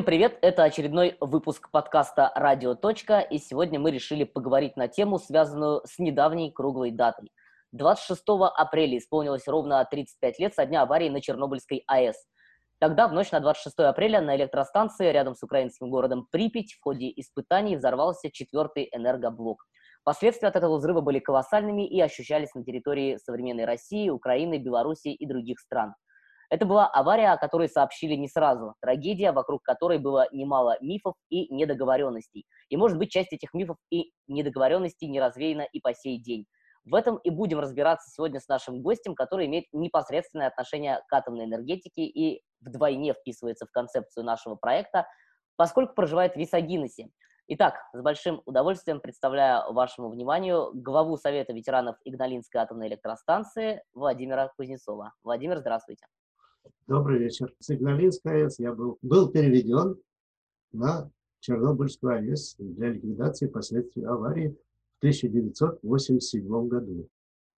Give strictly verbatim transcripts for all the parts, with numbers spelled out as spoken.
привет! Это очередной выпуск подкаста «Радио. Точка», и сегодня мы решили поговорить на тему, связанную с недавней круглой датой. двадцать шестого апреля исполнилось ровно тридцать пять лет со дня аварии на Чернобыльской АЭС. Тогда, в ночь на двадцать шестое апреля, на электростанции рядом с украинским городом Припять в ходе испытаний взорвался четвертый энергоблок. Последствия от этого взрыва были колоссальными и ощущались на территории современной России, Украины, Белоруссии и других стран. Это была авария, о которой сообщили не сразу. Трагедия, вокруг которой было немало мифов и недоговоренностей. И, может быть, часть этих мифов и недоговоренностей не развеяна и по сей день. В этом и будем разбираться сегодня с нашим гостем, который имеет непосредственное отношение к атомной энергетике и вдвойне вписывается в концепцию нашего проекта, поскольку проживает в Висагиннесе. Итак, с большим удовольствием представляю вашему вниманию главу Совета ветеранов Игналинской атомной электростанции Владимира Кузнецова. Владимир, здравствуйте. Добрый вечер. С Игналинской АЭС я был, был переведен на Чернобыльскую АЭС для ликвидации последствий аварии в тысяча девятьсот восемьдесят седьмом году.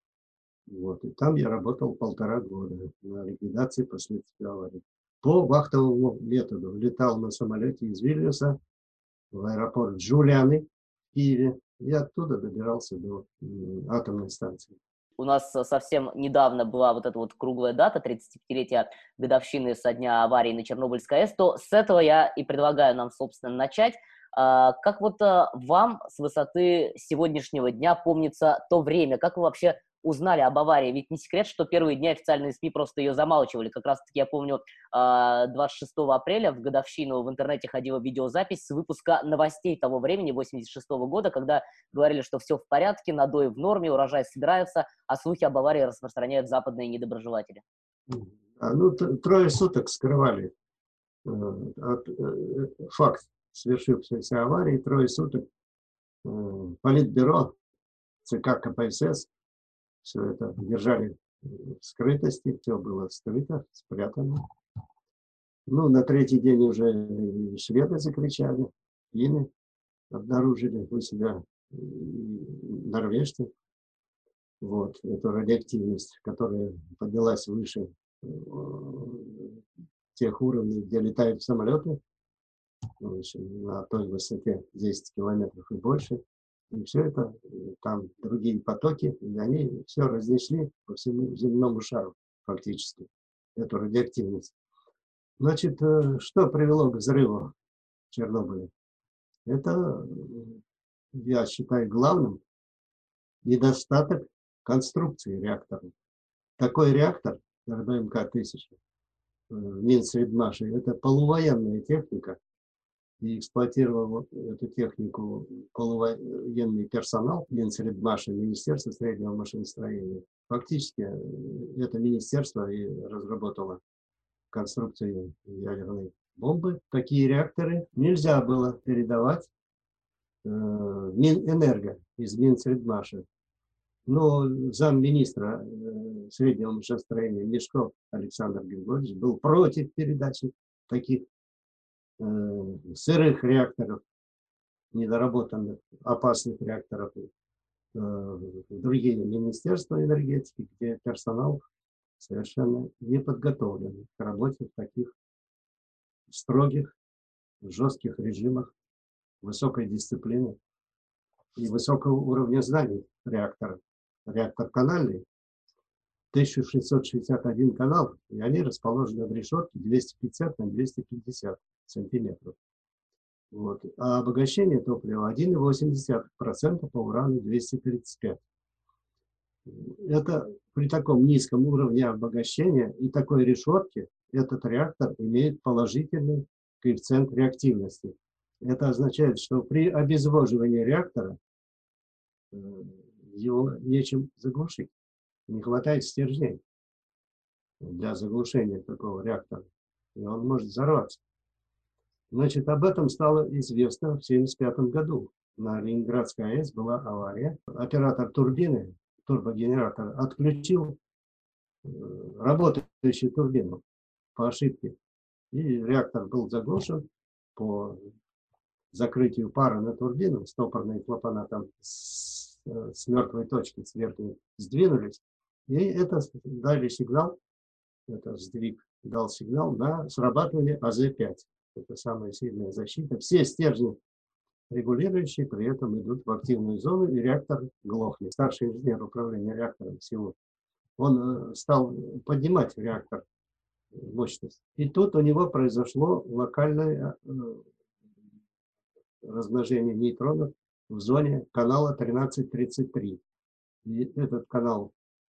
Вот. И там я работал полтора года на ликвидации последствий аварии. По вахтовому методу летал на самолете из Вильнюса в аэропорт Джулианы в Киеве и оттуда добирался до м, атомной станции. У нас совсем недавно была вот эта вот круглая дата, тридцатипятилетия годовщины со дня аварии на Чернобыльской АЭС, то с этого я и предлагаю нам, собственно, начать. А, как вот а, вам с высоты сегодняшнего дня помнится то время? Как вы вообще узнали об аварии? Ведь не секрет, что первые дни официальные СМИ просто ее замалчивали. Как раз-таки я помню, а, двадцать шестого апреля в годовщину в интернете ходила видеозапись с выпуска новостей того времени, восемьдесят шестого года, когда говорили, что все в порядке, надой в норме, урожай собирается, а слухи об аварии распространяют западные недоброжелатели. А, ну, т- трое суток скрывали э, от, э, факт свершившейся аварии, трое суток э, Политбюро, ЦК КПСС, все это держали в скрытости, все было скрыто, спрятано. Ну, на третий день уже и шведы закричали, финны обнаружили у себя, и норвежцы, вот, эту радиоактивность, которая поднялась выше э, тех уровней, где летают самолеты, в общем, на той высоте десять километров и больше. И все это, э, там другие потоки, и они все разнесли по всему земному шару фактически, эту радиоактивность. Значит, э, что привело к взрыву в Чернобыле? Это, э, я считаю, главным недостаток конструкции реактора. Такой реактор, эр бэ эм ка тысяча, э, Минсредмаши, это полувоенная техника, и эксплуатировал эту технику полувоенный персонал Минсредмаши, Министерство среднего машиностроения. Фактически э, это министерство и разработало конструкцию ядерной бомбы. Такие реакторы нельзя было передавать э, в Минэнерго из Минсредмаша. Но замминистра э, среднего машиностроения Мешков Александр Григорьевич был против передачи таких э, сырых реакторов, недоработанных, опасных реакторов э, в другие министерства энергетики, где персонал совершенно не подготовлен к работе в таких строгих, жестких режимах, высокой дисциплины и высокого уровня знаний реактора. Реактор канальный, тысяча шестьсот шестьдесят один канал, и они расположены в решетке двести пятьдесят на двести пятьдесят сантиметров. Вот. А обогащение топлива один и восемь десятых процента по урану двести тридцать пять. Это при таком низком уровне обогащения и такой решетке этот реактор имеет положительный коэффициент реактивности. Это означает, что при обезвоживании реактора э, его нечем заглушить. Не хватает стержней для заглушения такого реактора, и он может взорваться. Значит, об этом стало известно в семьдесят пятом году. На Ленинградской АЭС была авария. Оператор турбины, турбогенератор, отключил э, работающую турбину по ошибке. И реактор был заглушен по закрытию пара на турбину. Стопорные клапана там с, с мертвой точки с верхней сдвинулись. И это дали сигнал, это сдвиг дал сигнал на срабатывание а зэ пять. Это самая сильная защита. Все стержни регулирующие при этом идут в активную зону, и реактор глохнет. Старший инженер управления реактором всего. Он стал поднимать реактор мощность. И тут у него произошло локальное размножение нейтронов в зоне канала тринадцать тридцать три. И этот канал,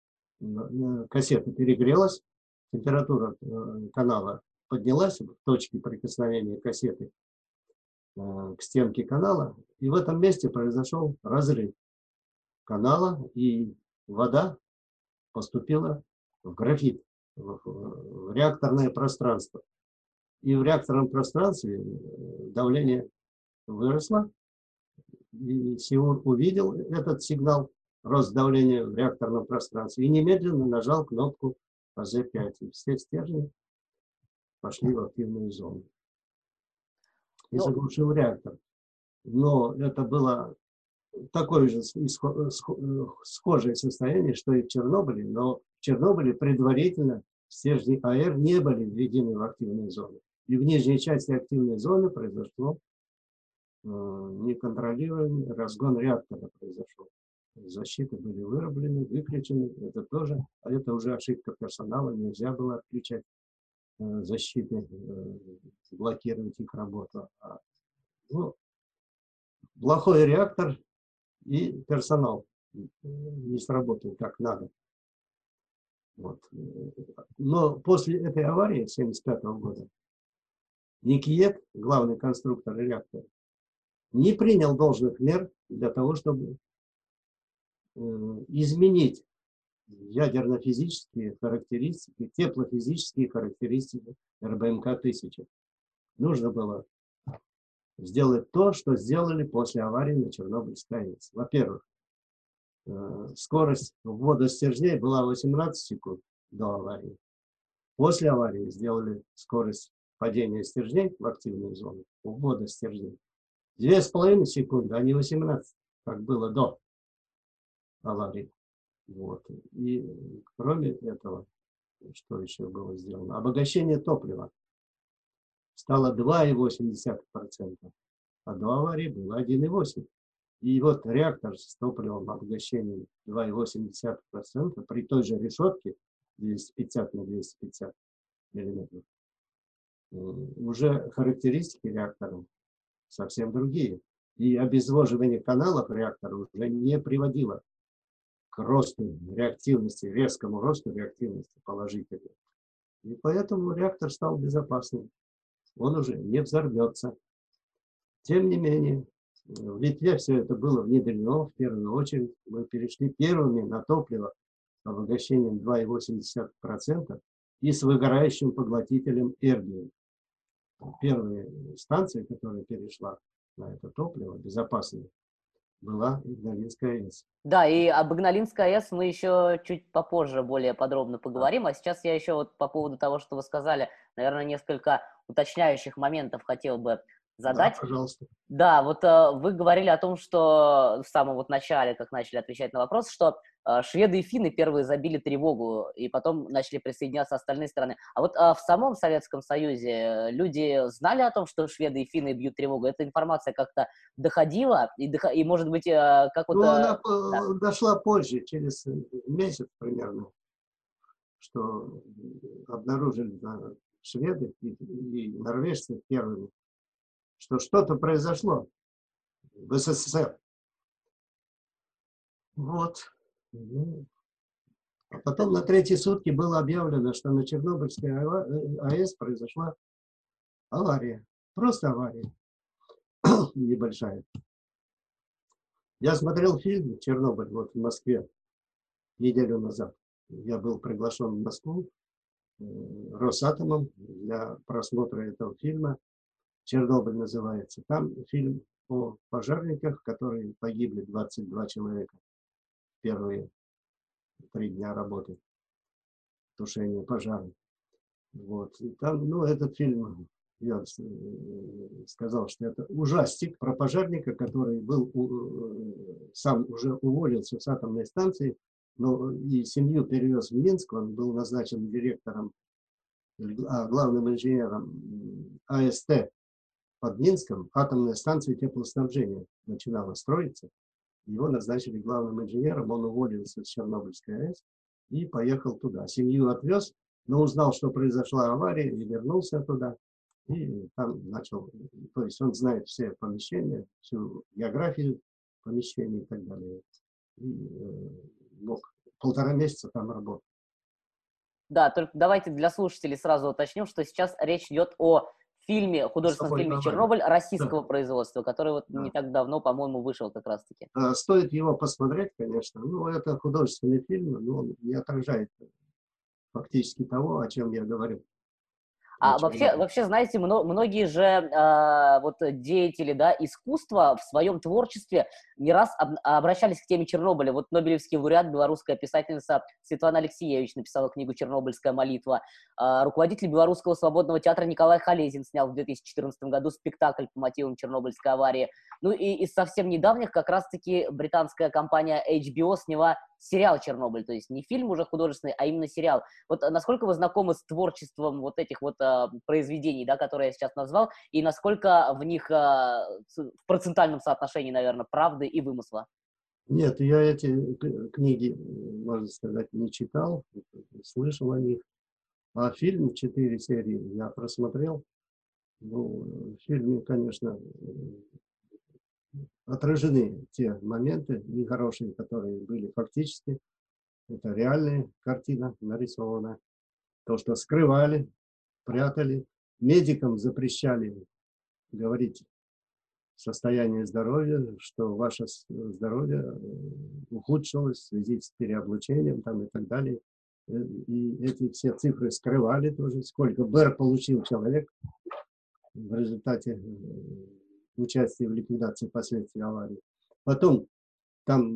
кассета перегрелась, температура канала поднялась в точке прикосновения кассеты к стенке канала, и в этом месте произошел разрыв канала, и вода поступила в графит, в, в реакторное пространство. И в реакторном пространстве давление выросло, и Сеур увидел этот сигнал, рост давления в реакторном пространстве, и немедленно нажал кнопку А З пять. И все стержни пошли в активную зону. И заглушил реактор. Но это было такое же схожее состояние, что и в Чернобыле, но в Чернобыле предварительно стержни А Р не были введены в активную зону. И в нижней части активной зоны произошло э, неконтролируемый разгон реактора произошел. Защиты были вырублены, выключены. Это тоже, а это уже ошибка персонала. Нельзя было отключать э, защиты, э, блокировать их работу. А, ну, плохой реактор и персонал не сработал как надо. Вот. Но после этой аварии тысяча девятьсот семьдесят пятого года Никиет, главный конструктор реактора, не принял должных мер для того, чтобы э, изменить ядерно-физические характеристики, теплофизические характеристики Р Б М К тысяча. Нужно было сделать то, что сделали после аварии на Чернобыльской А Е С. Во-первых, э, скорость ввода стержней была восемнадцать секунд до аварии. После аварии сделали скорость падения стержней в активную зону, ввода стержней две с половиной секунды, а не восемнадцать, как было до аварии. Вот. И кроме этого, что еще было сделано? Обогащение топлива стало два и восемь десятых процента, а до аварии было один и восемь процента. И вот реактор с топливом обогащением два и восемь десятых процента при той же решетке двести пятьдесят на двести пятьдесят миллиметров, уже характеристики реактора совсем другие. И обезвоживание каналов реактора уже не приводило к росту реактивности, резкому росту реактивности положительной. И поэтому реактор стал безопасным. Он уже не взорвется. Тем не менее, в Литве все это было внедрено в первую очередь. Мы перешли первыми на топливо с обогащением два и восемь десятых процента и с выгорающим поглотителем эрбиум. Первая станция, которая перешла на это топливо безопасное, была Игналинская А Е С. Да, и об Игналинской А Е С мы еще чуть попозже более подробно поговорим. Да. А сейчас я еще вот по поводу того, что вы сказали, наверное, несколько уточняющих моментов хотел бы задать. Да, пожалуйста. Да, вот э, вы говорили о том, что в самом вот начале, как начали отвечать на вопрос, что э, шведы и финны первые забили тревогу, и потом начали присоединяться остальные страны. А вот э, в самом Советском Союзе люди знали о том, что шведы и финны бьют тревогу? Эта информация как-то доходила? И, доход... и может быть, э, как вот... Ну, Э, она да. дошла позже, через месяц примерно, что обнаружили да, шведы и, и норвежцы первыми, что что-то произошло в С С С Р. Вот. Ну, а потом на третьи сутки было объявлено, что на Чернобыльской А Е С произошла авария. Просто авария. Небольшая. Я смотрел фильм «Чернобыль» вот в Москве неделю назад. Я был приглашен в Москву э, Росатомом для просмотра этого фильма. «Чернобыль» называется. Там фильм о пожарниках, которые погибли, двадцать два человека в первые три дня работы тушения пожара. Вот. И там, ну, этот фильм, я сказал, что это ужастик про пожарника, который был, сам уже уволился с атомной станции, но и семью перевез в Минск, он был назначен директором а, главным инженером АСТ под Минском, атомная станция теплоснабжения начинала строиться. Его назначили главным инженером, он уволился с Чернобыльской АЭС и поехал туда. Семью отвез, но узнал, что произошла авария, и вернулся туда. И там начал, то есть он знает все помещения, всю географию помещений и так далее. И э, мог полтора месяца там работать. Да, только давайте для слушателей сразу уточним, что сейчас речь идет о фильме, художественном фильме «Чернобыль» российского да. производства, который вот да. не так давно, по-моему, вышел как раз-таки. Стоит его посмотреть, конечно. Ну, это художественный фильм, но он не отражает фактически того, о чем я говорю. А вообще, вообще, знаете, многие же э, вот деятели, да, искусства в своем творчестве не раз об, обращались к теме Чернобыля. Вот Нобелевский лауреат, белорусская писательница Светлана Алексеевич написала книгу «Чернобыльская молитва». Э, руководитель Белорусского свободного театра Николай Халезин снял в две тысячи четырнадцатом году спектакль по мотивам Чернобыльской аварии. Ну и из совсем недавних как раз-таки британская компания эйч би о сняла сериал «Чернобыль», то есть не фильм уже художественный, а именно сериал. Вот насколько вы знакомы с творчеством вот этих вот а, произведений, да, которые я сейчас назвал, и насколько в них а, в процентальном соотношении, наверное, правды и вымысла? Нет, я эти книги, можно сказать, не читал, слышал о них. А фильм четыре серии я просмотрел. Ну, в фильме, конечно, отражены те моменты нехорошие, которые были фактически. Это реальная картина нарисована. То, что скрывали, прятали. Медикам запрещали говорить состояние здоровья, что ваше здоровье ухудшилось в связи с переоблучением там, и так далее. И эти все цифры скрывали тоже, сколько БЭР получил человек в результате участия в ликвидации последствий аварии. Потом там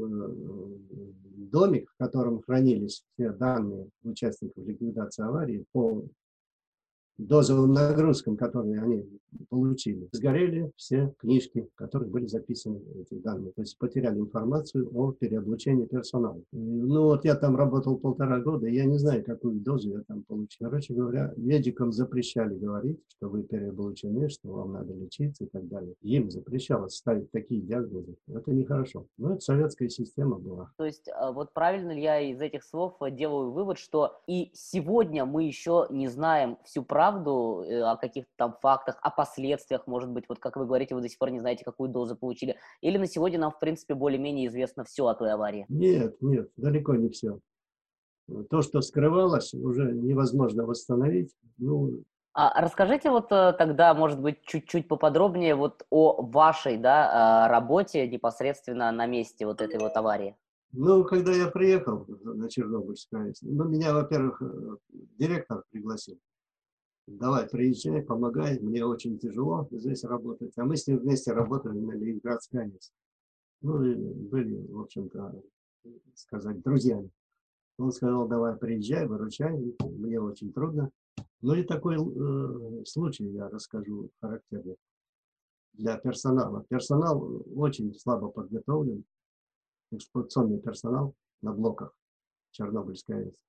домик, в котором хранились все данные участников ликвидации аварии по дозовым нагрузкам, которые они получили. Сгорели все книжки, в которых были записаны эти данные. То есть потеряли информацию о переоблучении персонала. И, ну вот я там работал полтора года, и я не знаю, какую дозу я там получил. Короче говоря, медикам запрещали говорить, что вы переоблучены, что вам надо лечиться и так далее. Им запрещалось ставить такие диагнозы. Это нехорошо. Но это советская система была. То есть вот правильно ли я из этих слов делаю вывод, что и сегодня мы еще не знаем всю правду о каких-то там фактах, о последствиях, может быть, вот как вы говорите, вы до сих пор не знаете, какую дозу получили, или на сегодня нам, в принципе, более-менее известно все о той аварии? Нет, нет, далеко не все. То, что скрывалось, уже невозможно восстановить. Ну, а расскажите вот тогда, может быть, чуть-чуть поподробнее вот о вашей, да, работе непосредственно на месте вот этой вот аварии. Ну, когда я приехал на Чернобыльскую АЭС, ну, меня, во-первых, директор пригласил. Давай, приезжай, помогай, мне очень тяжело здесь работать. А мы с ним вместе работали на Ленинградской АЭС. Ну, и были, в общем-то, сказать, друзьями. Он сказал, давай, приезжай, выручай, мне очень трудно. Ну, и такой э, случай я расскажу характерный для персонала. Персонал очень слабо подготовлен, эксплуатационный персонал на блоках Чернобыльской АЭС.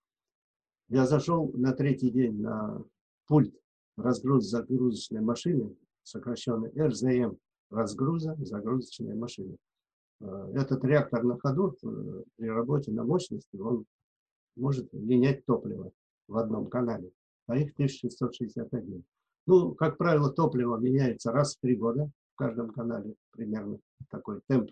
Я зашел на третий день на пульт разгруз-загрузочной машины, сокращенный эр зэ эм, разгруза, загрузочная машина. Этот реактор на ходу при работе на мощности, он может менять топливо в одном канале, а их тысяча шестьсот шестьдесят один. Ну, как правило, топливо меняется раз в три года в каждом канале, примерно такой темп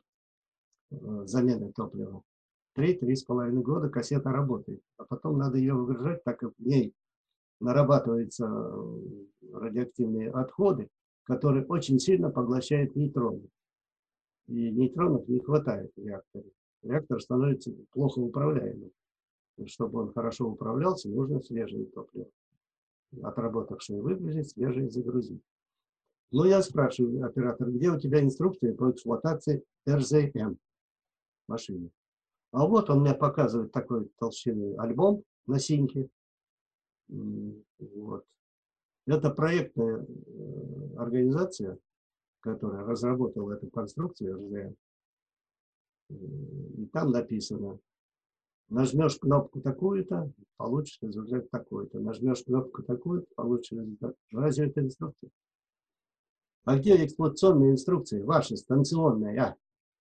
замены топлива. Три-три с половиной года кассета работает, а потом надо ее выгружать, так как в ней нарабатываются радиоактивные отходы, которые очень сильно поглощают нейтроны. И нейтронов не хватает в реакторе. Реактор становится плохо управляемым. Чтобы он хорошо управлялся, нужно свежее топливо. Отработавшее выгрузить, свежее загрузить. Ну, я спрашиваю оператора, где у тебя инструкция по эксплуатации эр зэ эм машины? А вот он мне показывает такой толщины альбом на синьке. Вот. Это проектная организация, которая разработала эту конструкцию эр зэ эм. И там написано, Нажмешь кнопку такую-то, получишь результат такой-то. Нажмешь кнопку такую-то, получишь результат. Разве это инструкция? А где эксплуатационные инструкции? Ваши, станционные, а?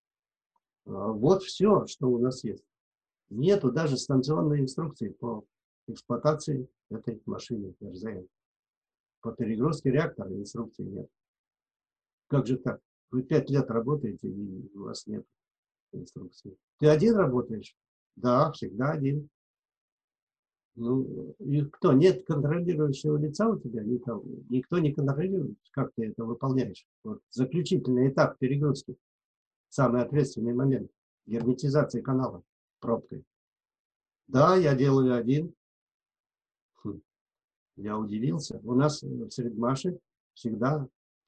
Вот все, что у нас есть. Нету даже станционной инструкции по эксплуатации этой машины эр зэ эм. По перегрузке реактора инструкции нет. Как же так? Вы пять лет работаете, и у вас нет инструкции. Ты один работаешь? Да, всегда один. Ну, и кто? Нет контролирующего лица у тебя? Никого. Никто не контролирует, как ты это выполняешь. Вот заключительный этап перегрузки. Самый ответственный момент. Герметизация канала пробкой. Да, я делаю один. Хм, я удивился. У нас в Средмаше всегда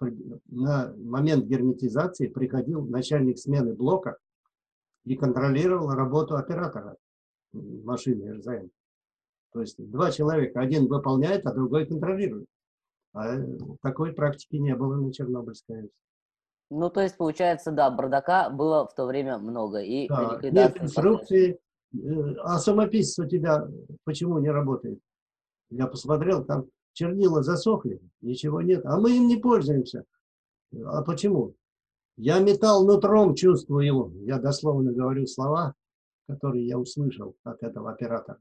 на момент герметизации приходил начальник смены блока и контролировал работу оператора машины эр зэ эм. То есть два человека, один выполняет, а другой контролирует. А такой практики не было на Чернобыльской АЭС. Ну, то есть, получается, да, бардака было в то время много. И Да, нет ликвидации последствий. инструкции. А самописец у тебя почему не работает? Я посмотрел, там чернила засохли, ничего нет. А мы им не пользуемся. А почему? Я металл нутром чувствую его. Я дословно говорю слова, которые я услышал от этого оператора.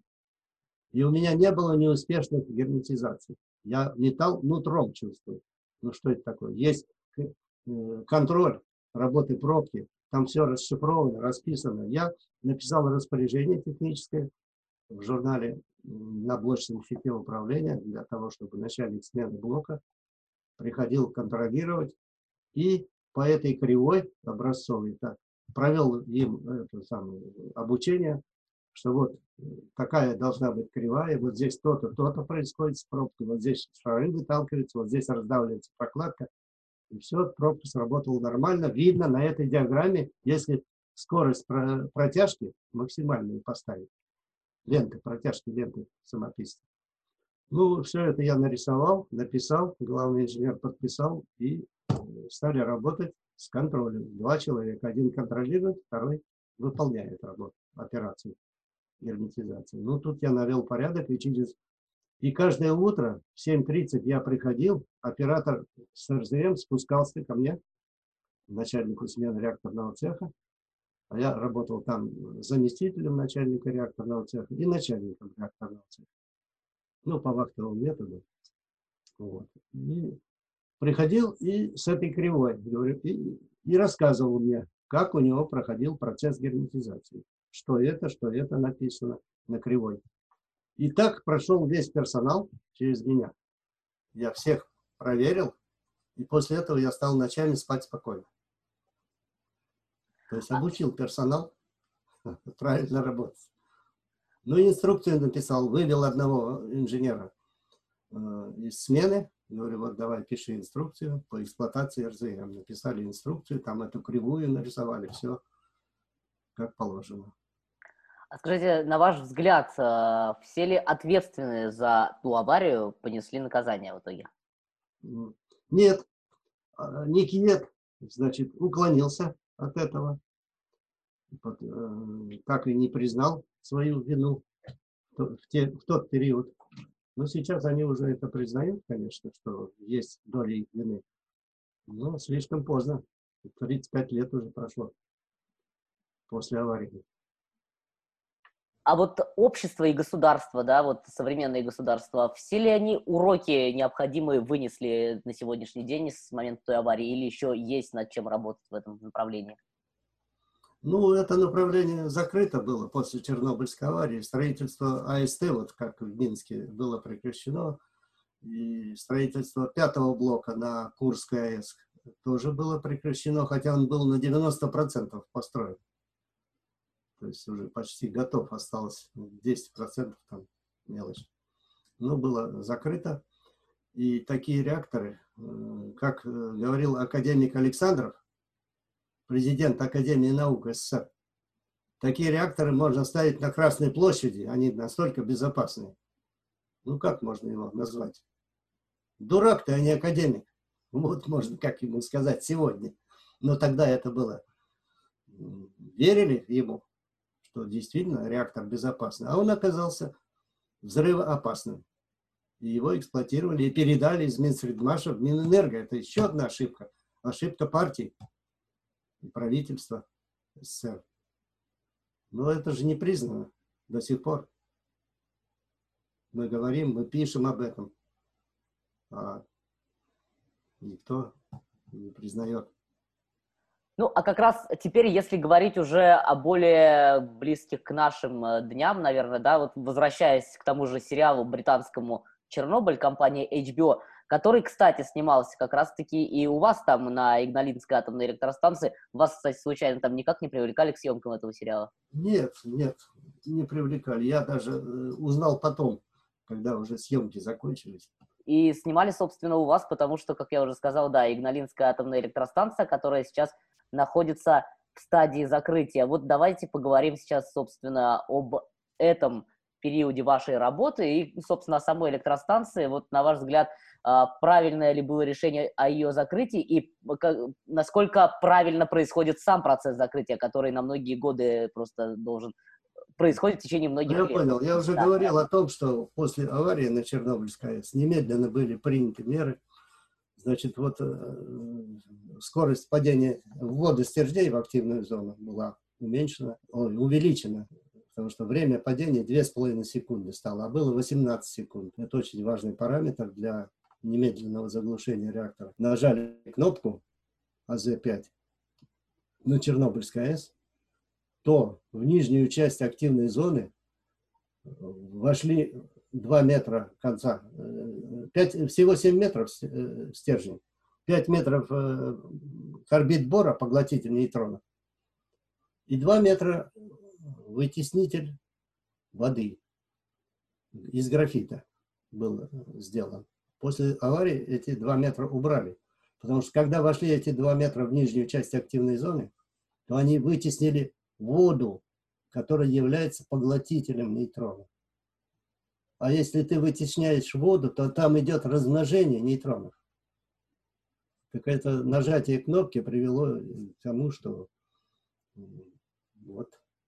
И у меня не было неуспешных герметизаций. Я металл нутром чувствую. Ну что это такое? Есть контроль работы пробки. Там все расшифровано, расписано. Я написал распоряжение техническое в журнале на блочном щите управления для того, чтобы начальник смены блока приходил контролировать. И по этой кривой образцовой так, провел им это самое обучение, что вот такая должна быть кривая, вот здесь то-то, то-то происходит с пробкой, вот здесь шары выталкиваются, вот здесь раздавливается прокладка. И все, пробка сработала нормально. Видно на этой диаграмме, если скорость протяжки максимальную поставить, ленты, протяжки ленты самописца. Ну, все это я нарисовал, написал, главный инженер подписал, и стали работать с контролем. Два человека. Один контролирует, второй выполняет работу, операцию герметизации. Ну, тут я навел порядок, и через... И каждое утро в семь тридцать я приходил, оператор с эр зэ эм спускался ко мне, начальнику смены реакторного цеха, а я работал там заместителем начальника реакторного цеха и начальником реакторного цеха. Ну, по вахтовому методу. Вот. И приходил и с этой кривой, говорю, и, и рассказывал мне, как у него проходил процесс герметизации. Что это, что это написано на кривой. И так прошел весь персонал через меня. Я всех проверил, и после этого я стал ночами спать спокойно. То есть обучил персонал правильно работать. Ну, инструкцию написал, вывел одного инженера э, из смены. Говорю, вот давай пиши инструкцию по эксплуатации эр зэ эм. Написали инструкцию, там эту кривую нарисовали, все как положено. А скажите, на ваш взгляд, э, все ли ответственные за ту аварию понесли наказание в итоге? Нет. Никиет, значит, уклонился от этого. Так и не признал свою вину в, те, в тот период. Но сейчас они уже это признают, конечно, что есть доля их вины. Но слишком поздно. тридцать пять лет уже прошло после аварии. А вот общество и государство, да, вот современные государства, все ли они уроки необходимые вынесли на сегодняшний день с момента той аварии, или еще есть над чем работать в этом направлении? Ну, это направление закрыто было после Чернобыльской аварии. Строительство а эс тэ, вот как в Минске, было прекращено. И строительство пятого блока на Курской АЭС тоже было прекращено, хотя он был на девяносто процентов построен. То есть уже почти готов, осталось десять процентов там мелочь. Но было закрыто. И такие реакторы, как говорил академик Александров, президент Академии наук эс эс эс эр, такие реакторы можно ставить на Красной площади, они настолько безопасны. Ну как можно его назвать? Дурак-то, а не академик. Вот можно как ему сказать сегодня. Но тогда это было. Верили ему, что действительно реактор безопасный. А он оказался взрывоопасным. И его эксплуатировали и передали из Минсредмаша в Минэнерго. Это еще одна ошибка. Ошибка партии и правительства СССР. Но это же не признано до сих пор. Мы говорим, мы пишем об этом. А никто не признает. Ну, а как раз теперь, если говорить уже о более близких к нашим э, дням, наверное, да, вот возвращаясь к тому же сериалу британскому «Чернобыль» компании эйч би о, который, кстати, снимался как раз-таки и у вас там на Игналинской атомной электростанции. Вас, кстати, случайно там никак не привлекали к съемкам этого сериала? Нет, нет, не привлекали. Я даже э, узнал потом, когда уже съемки закончились. И снимали, собственно, у вас, потому что, как я уже сказал, да, Игналинская атомная электростанция, которая сейчас находится в стадии закрытия. Вот давайте поговорим сейчас, собственно, об этом периоде вашей работы и, собственно, о самой электростанции. Вот, на ваш взгляд, правильное ли было решение о ее закрытии и насколько правильно происходит сам процесс закрытия, который на многие годы просто должен происходить в течение многих Я лет? понял. Я уже Да. говорил о том, что после аварии на Чернобыльской АЭС немедленно были приняты меры. Значит, вот э, скорость падения в воду стержней в активную зону была уменьшена, ой, увеличена, потому что время падения две с половиной секунды стало, а было восемнадцать секунд. Это очень важный параметр для немедленного заглушения реактора. Нажали кнопку А З пять на Чернобыльской АЭС, то в нижнюю часть активной зоны вошли два метра конца, пять, всего семь метров стержень, пять метров карбид бора, поглотитель нейтронов, и два метра вытеснитель воды из графита был сделан. После аварии эти два метра убрали, потому что когда вошли эти два метра в нижнюю часть активной зоны, то они вытеснили воду, которая является поглотителем нейтронов. А если ты вытесняешь воду, то там идет размножение нейтронов. Так это нажатие кнопки привело к тому, что вот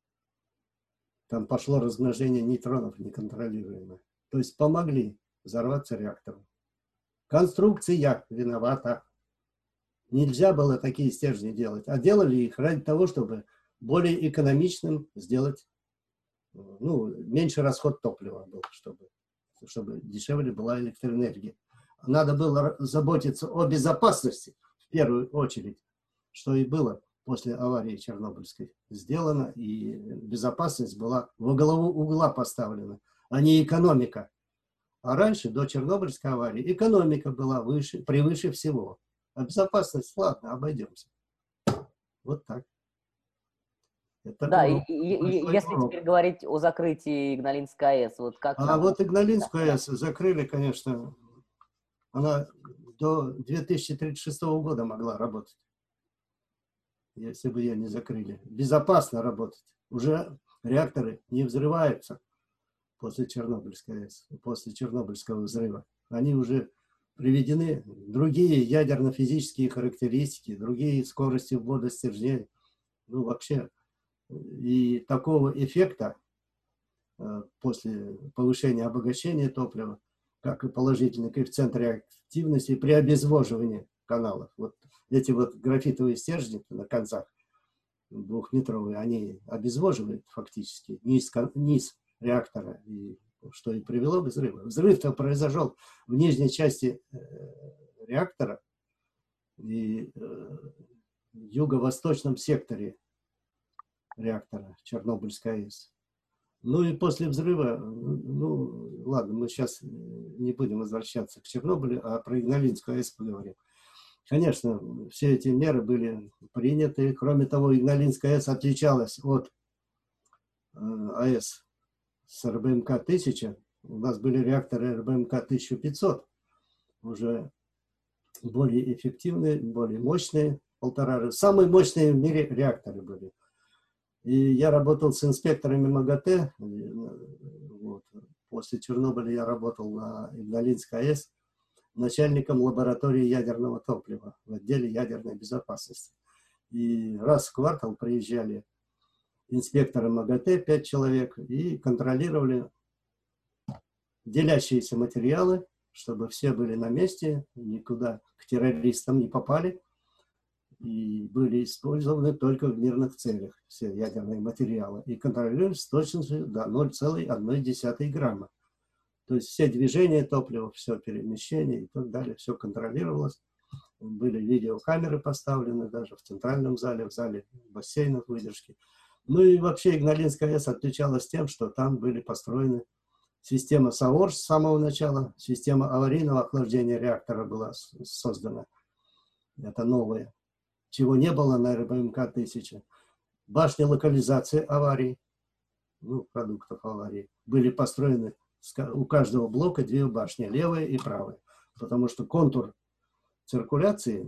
там пошло размножение нейтронов неконтролируемое. То есть помогли взорваться реактору. Конструкция виновата. Нельзя было такие стержни делать, а делали их ради того, чтобы более экономичным сделать, ну, меньше расход топлива был, чтобы, чтобы дешевле была электроэнергия. Надо было заботиться о безопасности в первую очередь, что и было после аварии Чернобыльской сделано, и безопасность была во главу угла поставлена, а не экономика. А раньше, до Чернобыльской аварии, экономика была выше, превыше всего. А безопасность, ладно, обойдемся. Вот так. Это да, урок, и, и, и если урок. теперь говорить о закрытии Игналинской АЭС, вот как А там? вот Игналинскую Да. АЭС закрыли, конечно, она до две тысячи тридцать шестого года могла работать, если бы ее не закрыли. Безопасно работать. Уже реакторы не взрываются после Чернобыльской АЭС, после Чернобыльского взрыва. Они уже приведены другие ядерно-физические характеристики, другие скорости ввода стержней. Ну, вообще, и такого эффекта э, после повышения обогащения топлива, как и положительный коэффициент реактивности при обезвоживании каналов. Вот эти вот графитовые стержни на концах двухметровые, они обезвоживают фактически низ, низ реактора, и что и привело к взрыву. Взрыв-то произошел в нижней части э, реактора и э, юго-восточном секторе реактора Чернобыльской АЭС. Ну и после взрыва, ну ладно, мы сейчас не будем возвращаться к Чернобылю, а про Игналинскую АЭС поговорим. Конечно, все эти меры были приняты. Кроме того, Игналинская АЭС отличалась от э, АЭС с эр бэ эм ка тысяча. У нас были реакторы эр бэ эм ка тысяча пятьсот, уже более эффективные, более мощные, полтора раза. Самые мощные в мире реакторы были. И я работал с инспекторами МАГАТЭ. Вот. После Чернобыля я работал на Игналинской АЭС начальником лаборатории ядерного топлива в отделе ядерной безопасности. И раз в квартал приезжали инспекторы МАГАТЭ, пять человек, и контролировали делящиеся материалы, чтобы все были на месте, никуда к террористам не попали, и были использованы только в мирных целях все ядерные материалы, и контролировались с точностью до ноль целых одной десятой грамма. То есть все движения топлива, все перемещение и так далее, все контролировалось. Были видеокамеры поставлены даже в центральном зале, в зале бассейнов выдержки. Ну и вообще Игналинская АЭС отличалась тем, что там были построены система САОР с самого начала, система аварийного охлаждения реактора была создана. Это новое, чего не было на РБМК тысяча. Башни локализации аварий, ну, продуктов аварии, были построены у каждого блока две башни, левая и правая, потому что контур циркуляции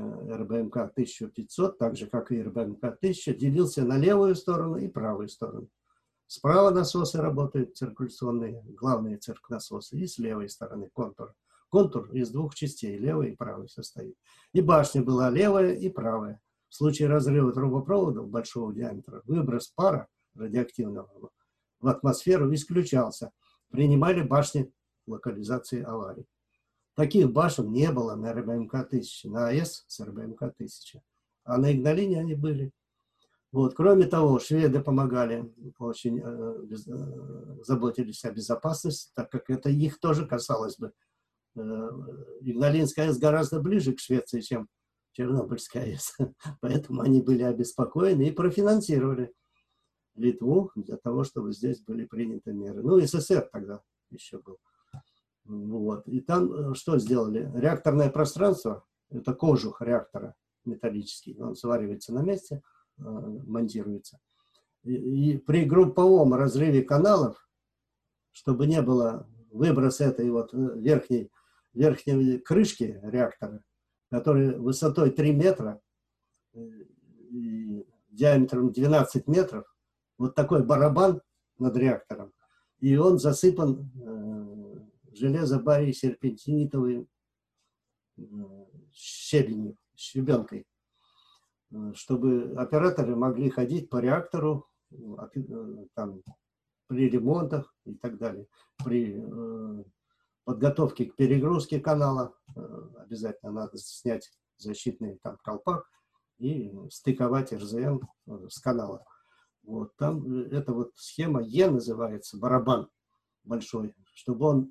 РБМК тысяча пятьсот, так же как и РБМК тысяча, делился на левую сторону и правую сторону. Справа насосы работают циркуляционные, главные циркнасосы, и с левой стороны контур. Контур из двух частей, левой и правой состоит. И башня была левая и правая. В случае разрыва трубопроводов большого диаметра выброс пара радиоактивного в атмосферу исключался. Принимали башни локализации аварий. Таких башен не было на РБМК тысяча, на АЭС с РБМК тысяча. А на Игналине они были. Вот. Кроме того, шведы помогали, очень э, без, э, заботились о безопасности, так как это их тоже касалось бы. Э, Игналинская АЭС гораздо ближе к Швеции, чем Чернобыльская АЭС. Поэтому они были обеспокоены и профинансировали Литву для того, чтобы здесь были приняты меры. Ну, СССР тогда еще был. Вот. И там что сделали? Реакторное пространство, это кожух реактора металлический, он сваривается на месте, монтируется. И, и при групповом разрыве каналов, чтобы не было выброса этой вот верхней, верхней крышки реактора, которая высотой три метра и диаметром двенадцать метров, вот такой барабан над реактором, и он засыпан э, железо, барий, серпентинитовой э, щебенью, щебенкой, чтобы операторы могли ходить по реактору там, при ремонтах и так далее, при э, подготовке к перегрузке канала. Э, обязательно надо снять защитный там колпак и стыковать РЗМ с канала. Вот, там эта вот схема Е называется, барабан большой, чтобы он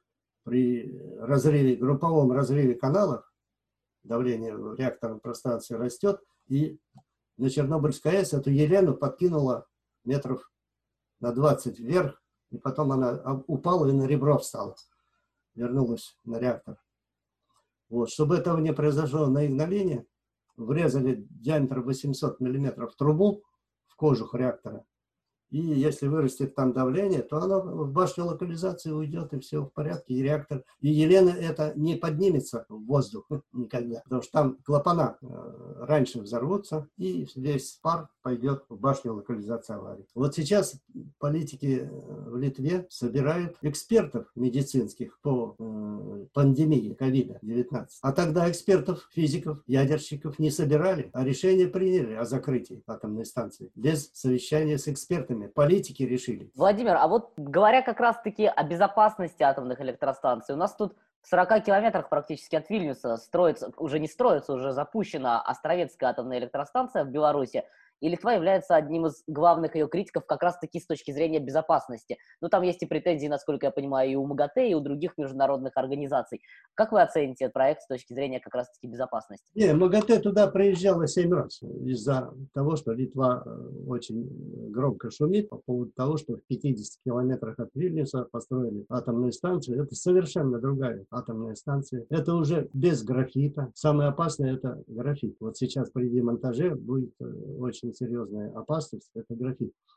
при разрыве, групповом разрыве каналов, давление в реакторном пространстве растет, и на Чернобыльской АЭС эту Елену подкинула метров на двадцать вверх, и потом она упала и на ребро встала, вернулась на реактор. Вот, чтобы этого не произошло на Игналине, врезали диаметр восемьсот миллиметров трубу в кожух реактора, и если вырастет там давление, то оно в башню локализации уйдет, и все в порядке, и реактор, и Елена это не поднимется в воздух никогда, потому что там клапана э, раньше взорвутся, и весь пар пойдет в башню локализации аварии. Вот сейчас политики в Литве собирают экспертов медицинских по э, пандемии ковида девятнадцать, а тогда экспертов, физиков, ядерщиков не собирали, а решение приняли о закрытии атомной станции без совещания с экспертами. Политики решили. Владимир, а вот говоря как раз-таки о безопасности атомных электростанций, у нас тут в сорока километрах практически от Вильнюса строится, уже не строится, уже запущена Островецкая атомная электростанция в Беларуси, и Литва является одним из главных ее критиков как раз-таки с точки зрения безопасности. Но там есть и претензии, насколько я понимаю, и у МАГАТЭ, и у других международных организаций. Как вы оцените этот проект с точки зрения как раз-таки безопасности? Не, МАГАТЭ туда приезжала семь раз из-за того, что Литва очень громко шумит по поводу того, что в пятидесяти километрах от Вильнюса построили атомную станцию. Это совершенно другая атомная станция. Это уже без графита. Самое опасное – это графит. Вот сейчас при демонтаже будет очень серьезная опасность, это графит.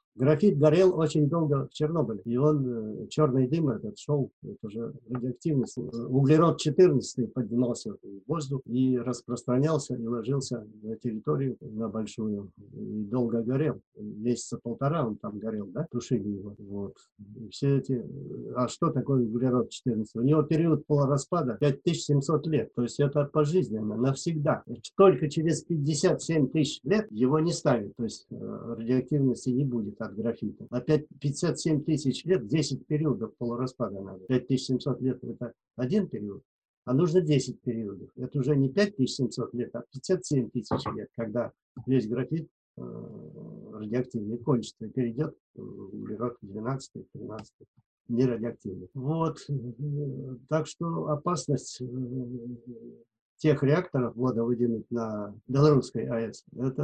Графит горел очень долго в Чернобыле, и он, черный дым этот шел, это же радиоактивность. Углерод четырнадцать поднимался в воздух и распространялся, и ложился на территорию, на большую, и долго горел. Месяца полтора он там горел, да, тушили его. Вот. И все эти... А что такое углерод четырнадцать? У него период полураспада пять тысяч семьсот лет, то есть это пожизненно, навсегда. Только через пятьдесят семь тысяч лет его не ставят, то есть радиоактивности не будет от графита. Опять пятьдесят семь тысяч лет, десять периодов полураспада надо. пять тысяч семьсот лет это один период, а нужно десять периодов. Это уже не пять тысяч семьсот лет, а пятьдесят семь тысяч лет, когда весь графит э, радиоактивный кончится и перейдет в углерод двенадцать тринадцать, не радиоактивный. Вот. Так что опасность тех реакторов водоводяных на Белорусской АЭС, это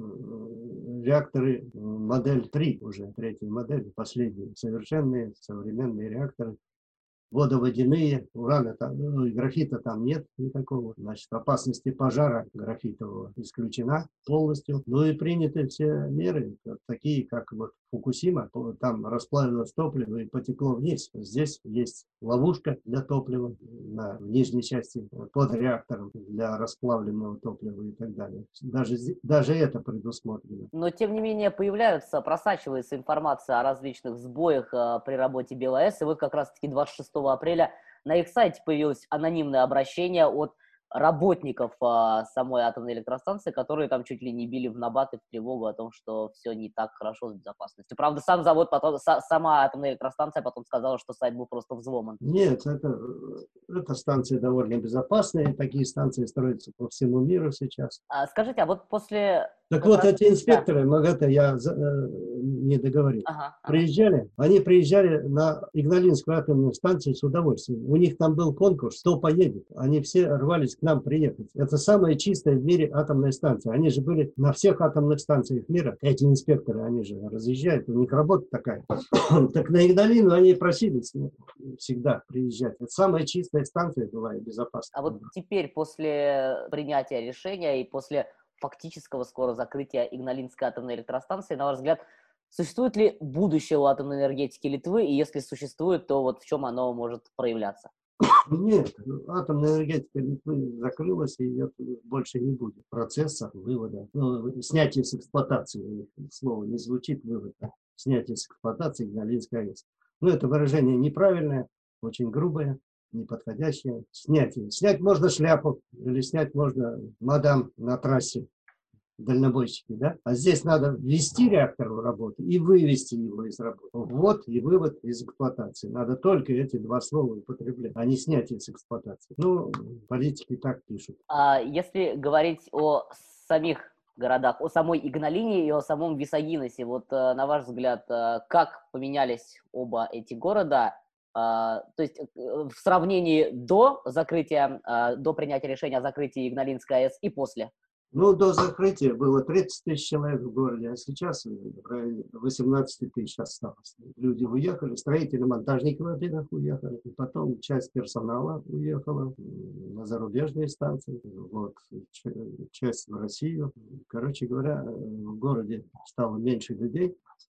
реакторы модель три, уже третьей модели, последние, совершенные современные реакторы, водоводяные, урана там, ну, и графита там нет никакого, значит, опасности пожара графитового исключена полностью. Ну и приняты все меры, такие как вот Фукусима, там расплавилось топливо и потекло вниз. Здесь есть ловушка для топлива на в нижней части под реактором для расплавленного топлива и так далее. Даже, даже это предусмотрено. Но, тем не менее, появляются, просачивается информация о различных сбоях э, при работе БелАЭС, и вот как раз-таки двадцать шестого апреля на их сайте появилось анонимное обращение от работников а, самой атомной электростанции, которые там чуть ли не били в набат и в тревогу о том, что все не так хорошо с безопасностью. Правда, сам завод, потом, са, сама атомная электростанция потом сказала, что сайт был просто взломан. Нет, это, это станции довольно безопасные, такие станции строятся по всему миру сейчас. А, скажите, а вот после... Так вот, раз... эти инспекторы, да. это я э, не договорил, ага, приезжали, ага. они приезжали на Игналинскую атомную станцию с удовольствием. У них там был конкурс, кто поедет. Они все рвались к нам приехать. Это самая чистая в мире атомная станция. Они же были на всех атомных станциях мира. Эти инспекторы, они же разъезжают, у них работа такая. Так на Игналину они просили всегда приезжать. Это самая чистая станция была и безопасная. А вот теперь, после принятия решения и после фактического скоро закрытия Игналинской атомной электростанции, на ваш взгляд, существует ли будущее у атомной энергетики Литвы, и если существует, то вот в чем оно может проявляться? Нет, атомная энергетика Литвы закрылась, и ее больше не будет. Процесса вывода, ну, снятие с эксплуатации, слово не звучит, вывод, снятие с эксплуатации Игналинской АЭС. Ну, это выражение неправильное, очень грубое, неподходящее. Снятие. Снять можно шляпу, или снять можно мадам на трассе, дальнобойщики, да? А здесь надо ввести реактор в работу и вывести его из работы. Ввод и вывод из эксплуатации. Надо только эти два слова употреблять, а не снятие с эксплуатации. Ну, политики так пишут. А если говорить о самих городах, о самой Игналине и о самом Висагиносе, вот на ваш взгляд, как поменялись оба эти города? Uh, то есть в сравнении до закрытия, uh, до принятия решения о закрытии Игналинской АЭС и после? Ну, до закрытия было тридцать тысяч человек в городе, а сейчас в районе восемнадцать тысяч осталось. Люди уехали, строители, монтажники, во-первых, уехали, и потом часть персонала уехала на зарубежные станции, вот, часть в Россию. Короче говоря, в городе стало меньше людей,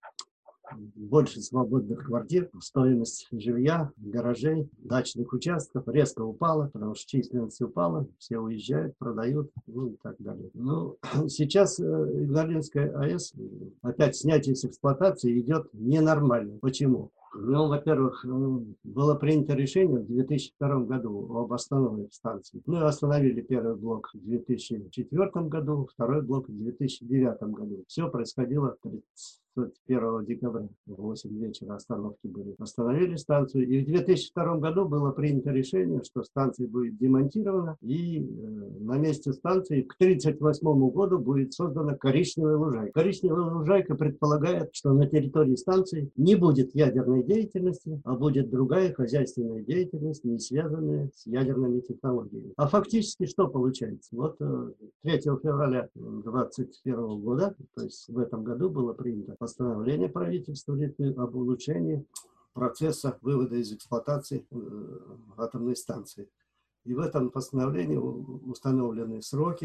больше свободных квартир, стоимость жилья, гаражей, дачных участков резко упала, потому что численность упала, все уезжают, продают, ну и так далее. Ну, сейчас Игналинская АЭС, опять снятие с эксплуатации идет ненормально. Почему? Ну, во-первых, было принято решение в две тысячи втором году об остановке станции. Мы остановили первый блок в две тысячи четвёртом году, второй блок в две тысячи девятом году. Все происходило тридцать первого декабря, в восемь вечера остановки были. Остановили станцию, и в две тысячи втором году было принято решение, что станция будет демонтирована, и э, на месте станции к тридцать восьмому году будет создана коричневая лужайка. Коричневая лужайка предполагает, что на территории станции не будет ядерной деятельности, а будет другая хозяйственная деятельность, не связанная с ядерными технологиями. А фактически что получается? Вот третьего февраля двадцать первого года, то есть в этом году было принято постановление правительства Литвы об улучшении процесса вывода из эксплуатации атомной станции. И в этом постановлении установлены сроки,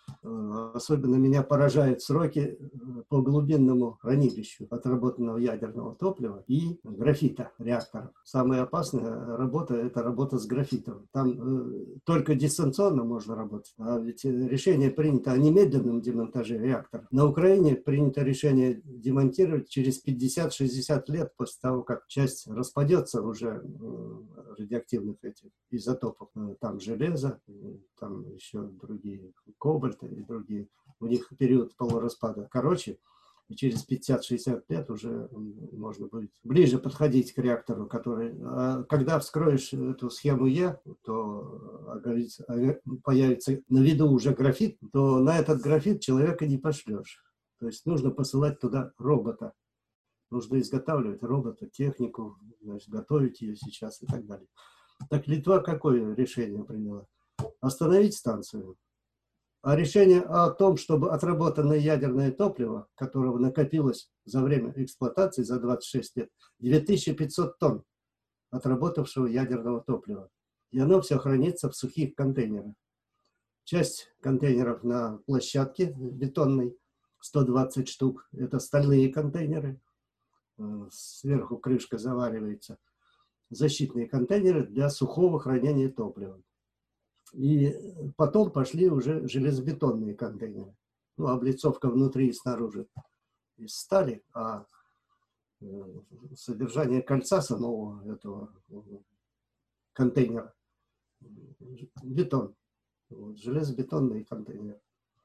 Особенно меня поражают сроки по глубинному хранилищу отработанного ядерного топлива и графита реакторов. Самая опасная работа – это работа с графитом. Там э, только дистанционно можно работать, а ведь решение принято о немедленном демонтаже реакторов. На Украине принято решение демонтировать через пятьдесят-шестьдесят лет после того, как часть распадется уже э, радиоактивных этих изотопов. Там железо, там еще другие, кобальт и другие. У них период полураспада короче, и через пятьдесят-шестьдесят лет уже можно будет ближе подходить к реактору, который... А когда вскроешь эту схему Е, то появится на виду уже графит, то на этот графит человека не пошлешь. То есть нужно посылать туда робота. Нужно изготавливать робота, технику, значит, готовить ее сейчас и так далее. Так Литва какое решение приняла? Остановить станцию. А решение о том, чтобы отработанное ядерное топливо, которого накопилось за время эксплуатации, за двадцать шесть лет, две тысячи пятьсот тонн отработавшего ядерного топлива. И оно все хранится в сухих контейнерах. Часть контейнеров на площадке бетонной, сто двадцать штук, это стальные контейнеры. Сверху крышка заваривается. Защитные контейнеры для сухого хранения топлива. И потом пошли уже железобетонные контейнеры. Ну, облицовка внутри и снаружи из стали, а содержание кольца самого этого контейнера бетон. Вот, железобетонные контейнеры.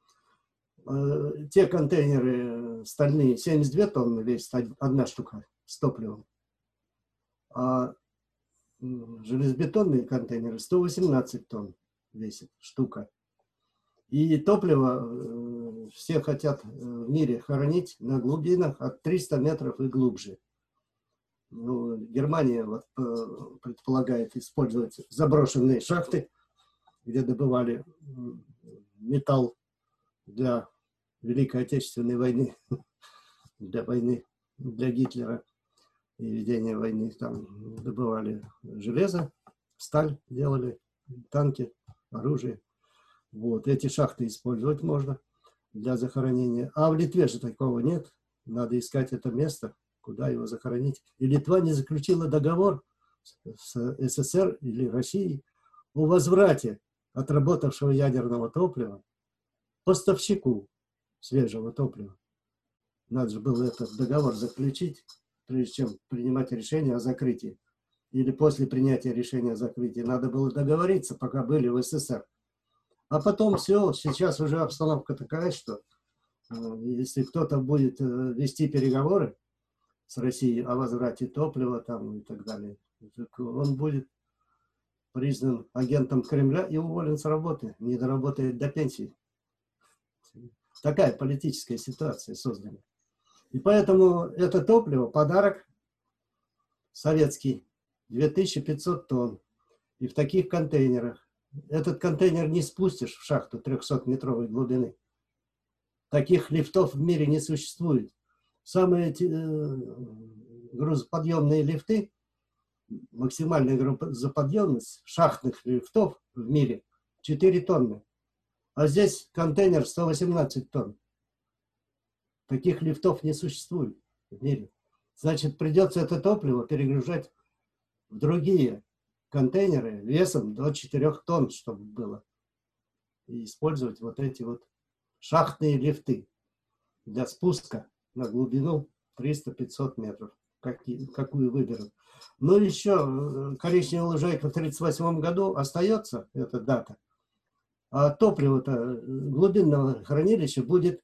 Те контейнеры стальные семьдесят две тонны весит одна штука с топливом. А железобетонные контейнеры сто восемнадцать тонн весит штука. И топливо все хотят в мире хранить на глубинах от трёхсот метров и глубже. Ну, Германия вот, предполагает использовать заброшенные шахты, где добывали металл для Великой Отечественной войны, для войны, для Гитлера и ведения войны. Там добывали железо, сталь делали, танки, оружие. Вот. Эти шахты использовать можно для захоронения. А в Литве же такого нет. Надо искать это место, куда его захоронить. И Литва не заключила договор с СССР или Россией о возврате отработавшего ядерного топлива поставщику свежего топлива. Надо же было этот договор заключить, прежде чем принимать решение о закрытии. Или после принятия решения о закрытии. Надо было договориться, пока были в СССР. А потом все, сейчас уже обстановка такая, что э, если кто-то будет э, вести переговоры с Россией о возврате топлива там, и так далее, он будет признан агентом Кремля и уволен с работы, не доработает до пенсии. Такая политическая ситуация создана. И поэтому это топливо, подарок советский, две тысячи пятьсот тонн. И в таких контейнерах. Этот контейнер не спустишь в шахту трехсотметровой глубины. Таких лифтов в мире не существует. Самые э, грузоподъемные лифты, максимальная грузоподъемность шахтных лифтов в мире четыре тонны. А здесь контейнер сто восемнадцать тонн. Таких лифтов не существует в мире. Значит, придется это топливо перегружать в другие контейнеры весом до четырёх тонн, чтобы было. И использовать вот эти вот шахтные лифты для спуска на глубину триста-пятьсот метров. Какие, какую выберут. Но еще коричневая лужайка в тридцать восьмом году остается, эта дата. А топливо-то глубинного хранилища будет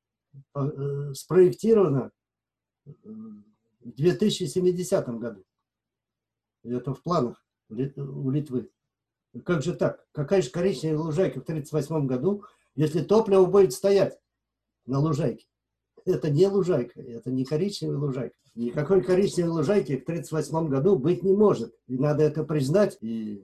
спроектировано в две тысячи семидесятом году. Это в планах у Литвы. Как же так? Какая же коричневая лужайка в тридцать восьмом году, если топливо будет стоять на лужайке? Это не лужайка, это не коричневая лужайка. Никакой коричневой лужайки в тридцать восьмом году быть не может. И надо это признать, и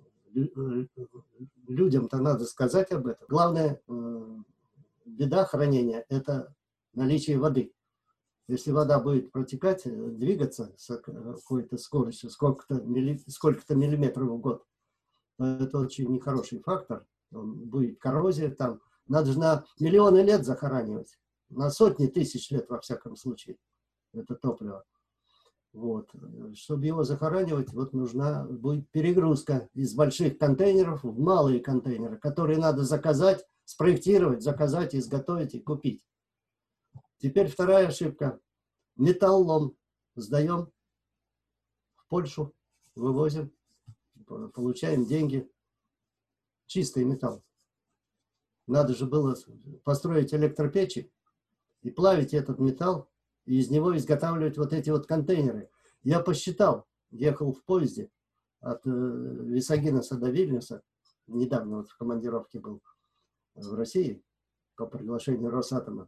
людям-то надо сказать об этом. Главная беда хранения – это наличие воды. Если вода будет протекать, двигаться с какой-то скоростью, сколько-то милли, сколько-то миллиметров в год, то это очень нехороший фактор. Будет коррозия, там Надо же на миллионы лет захоранивать, на сотни тысяч лет во всяком случае, это топливо. Вот. Чтобы его захоранивать, вот нужна будет перегрузка из больших контейнеров в малые контейнеры, которые надо заказать, спроектировать, заказать, изготовить и купить. Теперь вторая ошибка. Металлолом сдаем в Польшу, вывозим, получаем деньги. Чистый металл. Надо же было построить электропечи и плавить этот металл, и из него изготавливать вот эти вот контейнеры. Я посчитал, ехал в поезде от э, Висагинеса до Вильнюса, недавно вот в командировке был в России по приглашению Росатома.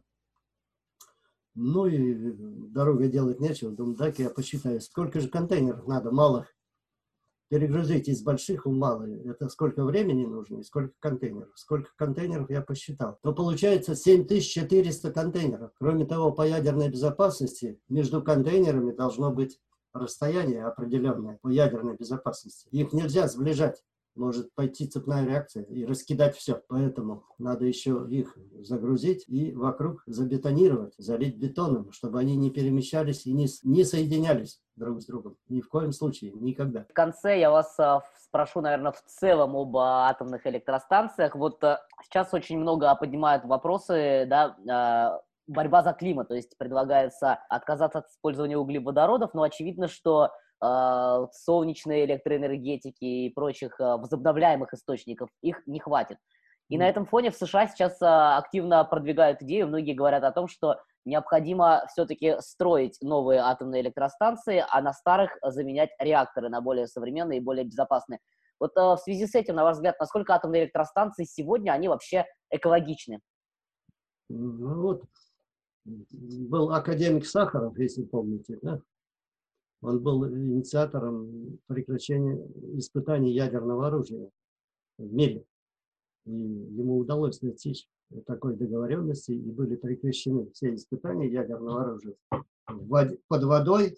Ну и дорогой делать нечего, думаю, дай-ка я посчитаю, сколько же контейнеров надо малых перегрузить из больших в малые. Это сколько времени нужно и сколько контейнеров. Сколько контейнеров я посчитал. То получается семь тысяч четыреста контейнеров. Кроме того, по ядерной безопасности между контейнерами должно быть расстояние определенное по ядерной безопасности. Их нельзя сближать. Может пойти цепная реакция и раскидать все. Поэтому надо еще их загрузить и вокруг забетонировать, залить бетоном, чтобы они не перемещались и не, не соединялись друг с другом. Ни в коем случае, никогда. В конце я вас а, спрошу, наверное, в целом об а, атомных электростанциях. Вот а, сейчас очень много поднимают вопросы, да, а, борьба за климат, то есть предлагается отказаться от использования углеводородов, но очевидно, что солнечной электроэнергетики и прочих возобновляемых источников, их не хватит. И mm. на этом фоне в США сейчас активно продвигают идею, многие говорят о том, что необходимо все-таки строить новые атомные электростанции, а на старых заменять реакторы на более современные и более безопасные. Вот в связи с этим, на ваш взгляд, насколько атомные электростанции сегодня, они вообще экологичны? Ну вот, был академик Сахаров, если помните, да? Он был инициатором прекращения испытаний ядерного оружия в мире. И ему удалось достичь такой договоренности, и были прекращены все испытания ядерного оружия под водой,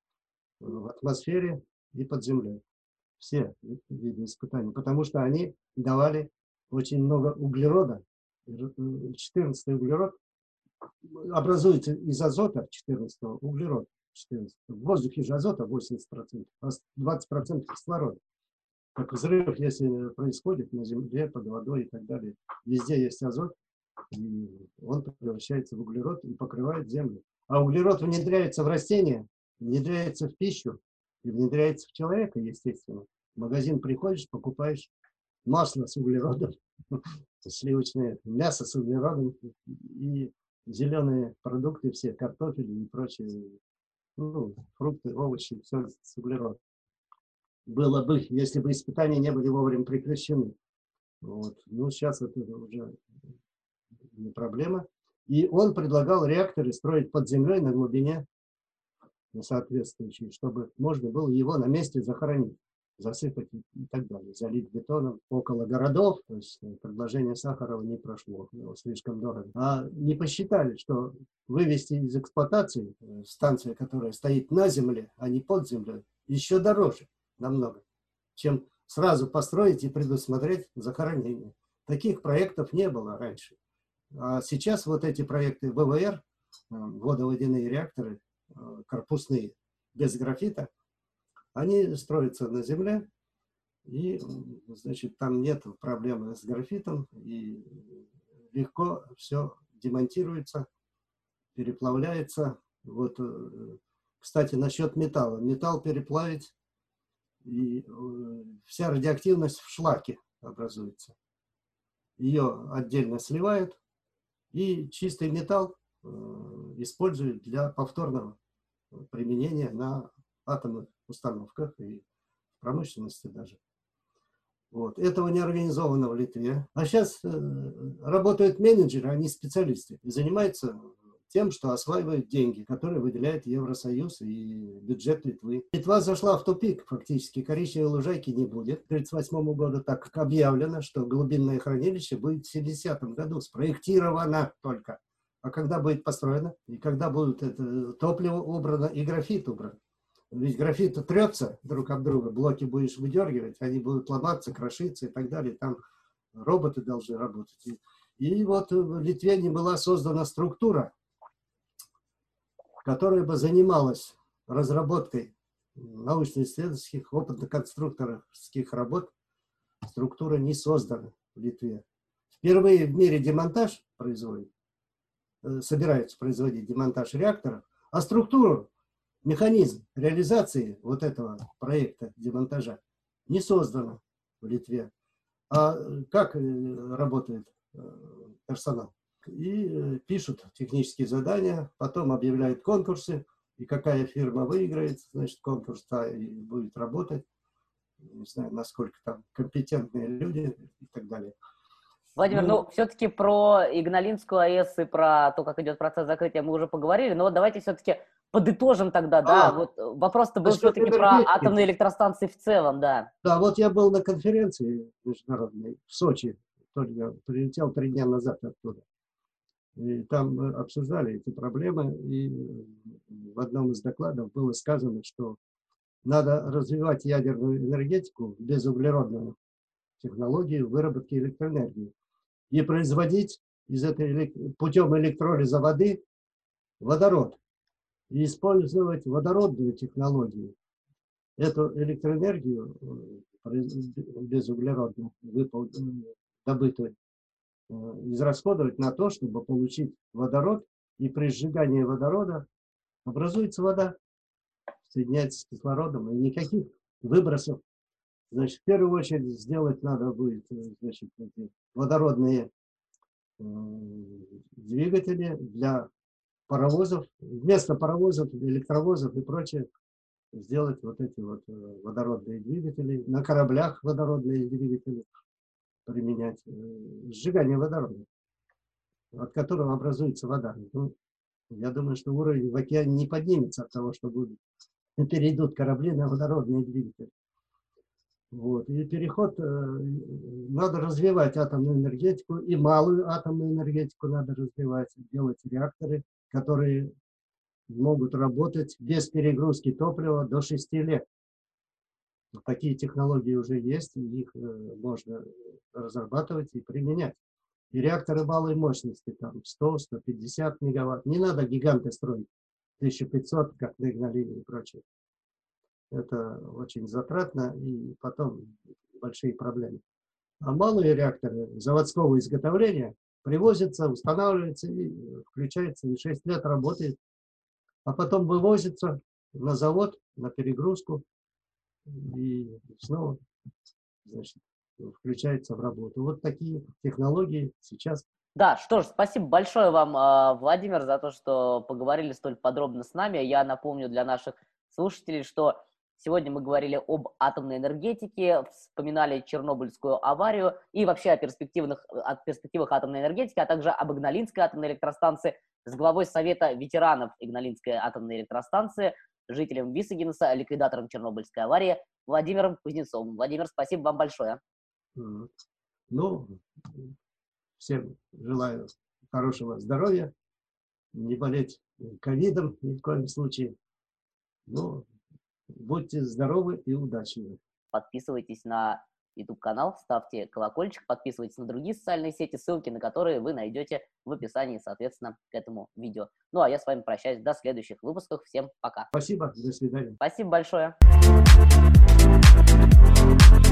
в атмосфере и под землей. Все виды испытаний, потому что они давали очень много углерода. четырнадцатый углерод образуется из азота, четырнадцатого углерод. четырнадцать. В воздухе же азота восемьдесят процентов, а двадцать процентов кислорода. Как взрыв, если происходит на земле, под водой и так далее, везде есть азот, и он превращается в углерод и покрывает землю. А углерод внедряется в растения, внедряется в пищу и внедряется в человека, естественно. В магазин приходишь, покупаешь масло с углеродом, сливочное мясо с углеродом и зеленые продукты все, картофель и прочие. Ну, фрукты, овощи, все с углеродом. Было бы, если бы испытания не были вовремя прекращены. Вот. Ну, сейчас это уже не проблема. И он предлагал реакторы строить под землей на глубине соответствующей, чтобы можно было его на месте захоронить, засыпать и так далее, залить бетоном около городов. То есть предложение Сахарова не прошло, слишком дорого. А не посчитали, что вывести из эксплуатации станцию, которая стоит на земле, а не под землей, еще дороже намного, чем сразу построить и предусмотреть захоронение. Таких проектов не было раньше. А сейчас вот эти проекты ВВР, водоводяные реакторы, корпусные, без графита, они строятся на земле, и, значит, там нет проблемы с графитом, и легко все демонтируется, переплавляется. Вот, кстати, насчет металла. Металл переплавить, и вся радиоактивность в шлаке образуется. Ее отдельно сливают, и чистый металл используют для повторного применения на атомных установках и в промышленности даже. Вот. Этого не организовано в Литве. А сейчас э, работают менеджеры, а не специалисты. И занимаются тем, что осваивают деньги, которые выделяет Евросоюз и бюджет Литвы. Литва зашла в тупик фактически. Коричневой лужайки не будет. К тридцать восьмому году так как объявлено, что глубинное хранилище будет в семидесятом году. Спроектировано только. А когда будет построено? И когда будет это топливо убрано и графит убран? Ведь графит трется друг об друга, блоки будешь выдергивать, они будут ломаться, крошиться и так далее. Там роботы должны работать. И, И вот в Литве не была создана структура, которая бы занималась разработкой научно-исследовательских, опытно-конструкторских работ. Структура не создана в Литве. Впервые в мире демонтаж производит, собираются производить демонтаж реакторов, а структуру, механизм реализации вот этого проекта демонтажа не создана в Литве. А как работает персонал? И пишут технические задания, потом объявляют конкурсы, и какая фирма выиграет, значит, конкурс, та и будет работать. Не знаю, насколько там компетентные люди и так далее. Владимир, ну, ну все-таки про Игналинскую АЭС и про то, как идет процесс закрытия, мы уже поговорили, но вот давайте все-таки подытожим тогда, а, да, вот вопрос-то был все-таки про атомные электростанции в целом, да. Да, вот я был на конференции международной в Сочи, только прилетел три дня назад оттуда. И там обсуждали эти проблемы, и в одном из докладов было сказано, что надо развивать ядерную энергетику, безуглеродную технологию выработки электроэнергии, и производить из этой, путем электролиза воды водород, и использовать водородную технологию. Эту электроэнергию безуглеродную, добытую, израсходовать на то, чтобы получить водород, и при сжигании водорода образуется вода, соединяется с кислородом, и никаких выбросов. Значит, в первую очередь сделать надо будет, значит, эти водородные э, двигатели для паровозов, вместо паровозов, электровозов и прочее, сделать вот эти вот водородные двигатели, на кораблях водородные двигатели применять, сжигание водорода, от которого образуется вода. Ну, я думаю, что уровень в океане не поднимется от того, что будут, перейдут корабли на водородные двигатели. Вот. И переход, э, надо развивать атомную энергетику, и малую атомную энергетику надо развивать, делать реакторы, которые могут работать без перегрузки топлива до шести лет. Такие технологии уже есть, и их э, можно разрабатывать и применять. И реакторы малой мощности, там сто — сто пятьдесят мегаватт. Не надо гиганты строить, тысяча пятьсот, как на Игналине и прочее. Это очень затратно, и потом большие проблемы. А малые реакторы заводского изготовления привозятся, устанавливаются, и включается, и шесть лет работает. А потом вывозится на завод, на перегрузку, и снова, значит, включается в работу. Вот такие технологии сейчас. Да, что ж, спасибо большое вам, Владимир, за то, что поговорили столь подробно с нами. Я напомню для наших слушателей, что сегодня мы говорили об атомной энергетике, вспоминали Чернобыльскую аварию и вообще о перспективных, о перспективах атомной энергетики, а также об Игналинской атомной электростанции с главой Совета ветеранов Игналинской атомной электростанции, жителем Висагинеса, ликвидатором Чернобыльской аварии Владимиром Кузнецовым. Владимир, спасибо вам большое. Ну, всем желаю хорошего здоровья, не болеть ковидом ни в коем случае. Ну, будьте здоровы и удачливы. Подписывайтесь на YouTube-канал, ставьте колокольчик, подписывайтесь на другие социальные сети, ссылки на которые вы найдете в описании, соответственно, к этому видео. Ну, а я с вами прощаюсь до следующих выпусков. Всем пока. Спасибо, до свидания. Спасибо большое.